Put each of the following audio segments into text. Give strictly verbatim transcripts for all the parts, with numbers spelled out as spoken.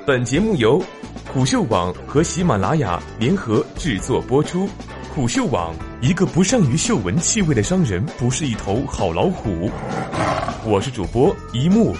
本节目由虎嗅网和喜马拉雅联合制作播出。虎嗅网：一个不善于嗅闻气味的商人不是一头好老虎。我是主播一木。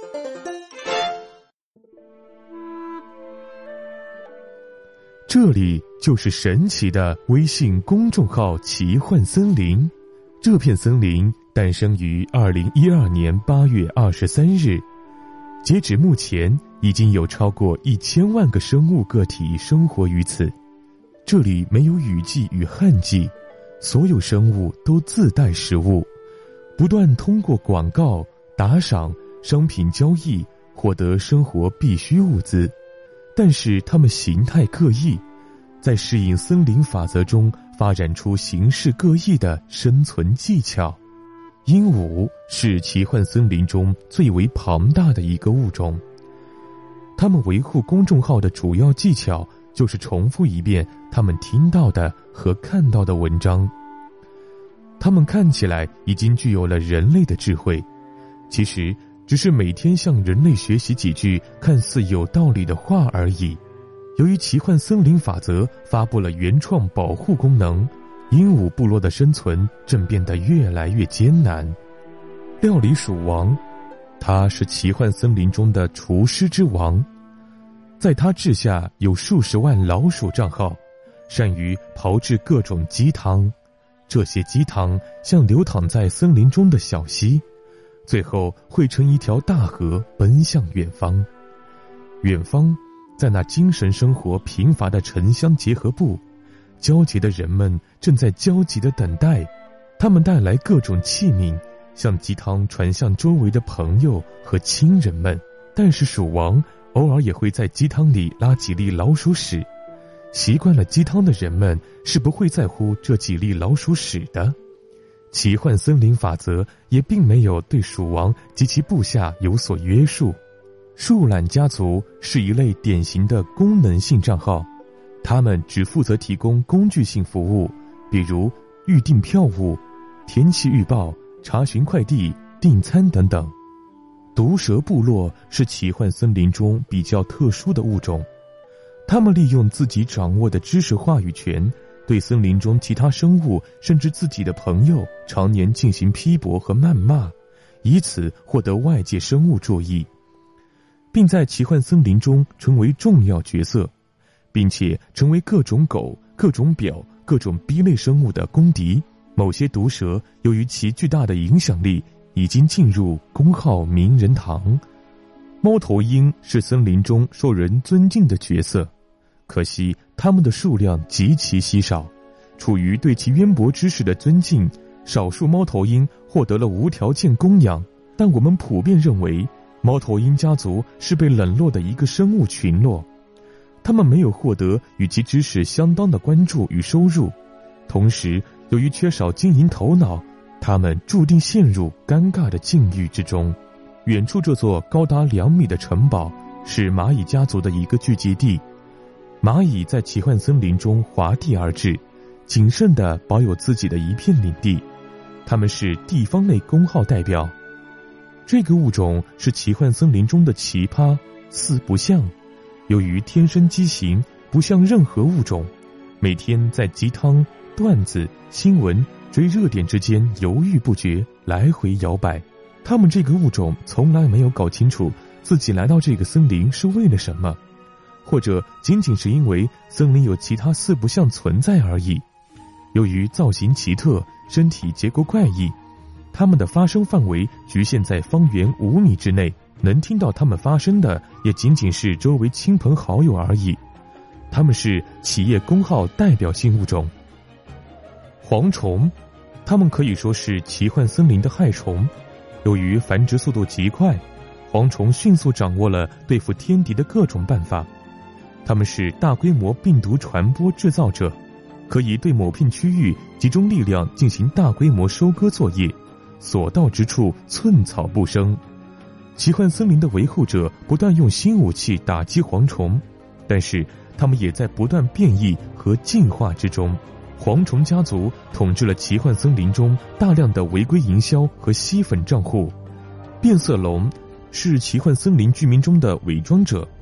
这里就是神奇的微信公众号奇幻森林。这片森林诞生于二零一二年八月二十三日，截止目前已经有超过一千万个生物个体生活于此。这里没有雨季与旱季，所有生物都自带食物，不断通过广告、打赏、商品交易获得生活必需物资。但是它们形态各异，在适应森林法则中发展出形式各异的生存技巧。鹦鹉是奇幻森林中最为庞大的一个物种，它们维护公众号的主要技巧就是重复一遍他们听到的和看到的文章。他们看起来已经具有了人类的智慧，其实只是每天向人类学习几句看似有道理的话而已。由于奇幻森林法则发布了原创保护功能，鹦鹉部落的生存正变得越来越艰难。料理鼠王，他是奇幻森林中的厨师之王，在他治下有数十万老鼠账号，善于炮制各种鸡汤。这些鸡汤像流淌在森林中的小溪，最后汇成一条大河奔向远方。远方，在那精神生活贫乏的城乡结合部，焦急的人们正在焦急地等待，他们带来各种器皿，向鸡汤传向周围的朋友和亲人们。但是鼠王偶尔也会在鸡汤里拉几粒老鼠屎，习惯了鸡汤的人们是不会在乎这几粒老鼠屎的。奇幻森林法则也并没有对鼠王及其部下有所约束。树懒家族是一类典型的功能性账号，他们只负责提供工具性服务，比如预订票务、天气预报、查询快递、订餐等等。毒蛇部落是奇幻森林中比较特殊的物种，他们利用自己掌握的知识话语权，对森林中其他生物甚至自己的朋友常年进行批驳和谩骂，以此获得外界生物注意，并在奇幻森林中成为重要角色，并且成为各种狗、各种表、各种 B 类生物的公敌。某些毒蛇由于其巨大的影响力，已经进入公号名人堂。猫头鹰是森林中受人尊敬的角色，可惜它们的数量极其稀少。出于对其渊博知识的尊敬，少数猫头鹰获得了无条件供养，但我们普遍认为猫头鹰家族是被冷落的一个生物群落，他们没有获得与其知识相当的关注与收入，同时由于缺少经营头脑，他们注定陷入尴尬的境遇之中。远处这座高达两米的城堡是蚂蚁家族的一个聚集地，蚂蚁在奇幻森林中划地而治，谨慎地保有自己的一片领地，他们是地方类公号代表。这个物种是奇幻森林中的奇葩，四不像。由于天生畸形，不像任何物种，每天在鸡汤、段子、新闻、追热点之间犹豫不决，来回摇摆。他们这个物种从来没有搞清楚自己来到这个森林是为了什么，或者仅仅是因为森林有其他四不像存在而已。由于造型奇特，身体结构怪异，他们的发声范围局限在方圆五米之内，能听到他们发声的也仅仅是周围亲朋好友而已。他们是企业公号代表性物种。蝗虫，它们可以说是奇幻森林的害虫。由于繁殖速度极快，蝗虫迅速掌握了对付天敌的各种办法。它们是大规模病毒传播制造者，可以对某片区域集中力量进行大规模收割作业，所到之处寸草不生。奇幻森林的维护者不断用新武器打击蝗虫，但是他们也在不断变异和进化之中。蝗虫家族统治了奇幻森林中大量的违规营销和吸粉账户。变色龙是奇幻森林居民中的伪装者，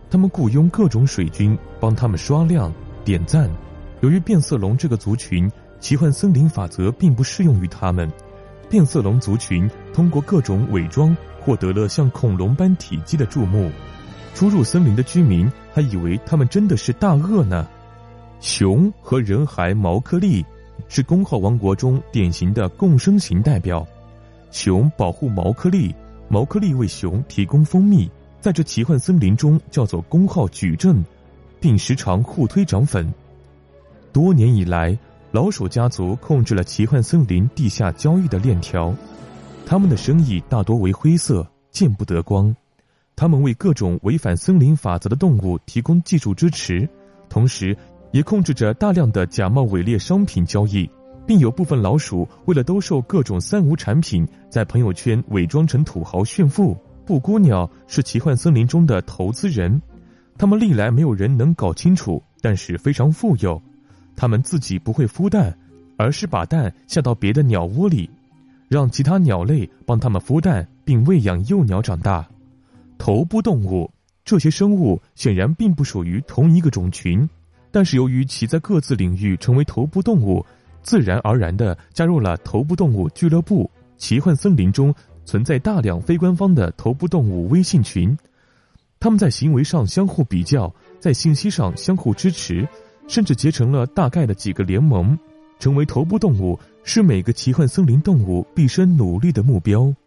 他们雇佣各种水军帮他们刷量、点赞。由于变色龙这个族群，奇幻森林法则并不适用于他们。变色龙族群通过各种伪装获得了像恐龙般体积的注目，初入森林的居民还以为他们真的是大鳄呢。熊和人孩毛克利是工号王国中典型的共生型代表。熊保护毛克利，毛克利为熊提供蜂蜜，在这奇幻森林中叫做工号矩阵，并时常互推涨粉。多年以来，老鼠家族控制了奇幻森林地下交易的链条，他们的生意大多为灰色，见不得光。他们为各种违反森林法则的动物提供技术支持，同时也控制着大量的假冒伪劣商品交易，并有部分老鼠为了兜售各种三无产品，在朋友圈伪装成土豪炫富。布谷鸟是奇幻森林中的投资人，他们历来没有人能搞清楚，但是非常富有。他们自己不会孵蛋，而是把蛋下到别的鸟窝里，让其他鸟类帮他们孵蛋并喂养幼鸟长大。头部动物，这些生物显然并不属于同一个种群，但是由于其在各自领域成为头部动物，自然而然地加入了头部动物俱乐部。奇幻森林中存在大量非官方的头部动物微信群，他们在行为上相互比较，在信息上相互支持，甚至结成了大概的几个联盟。成为头部动物是每个奇幻森林动物毕生努力的目标。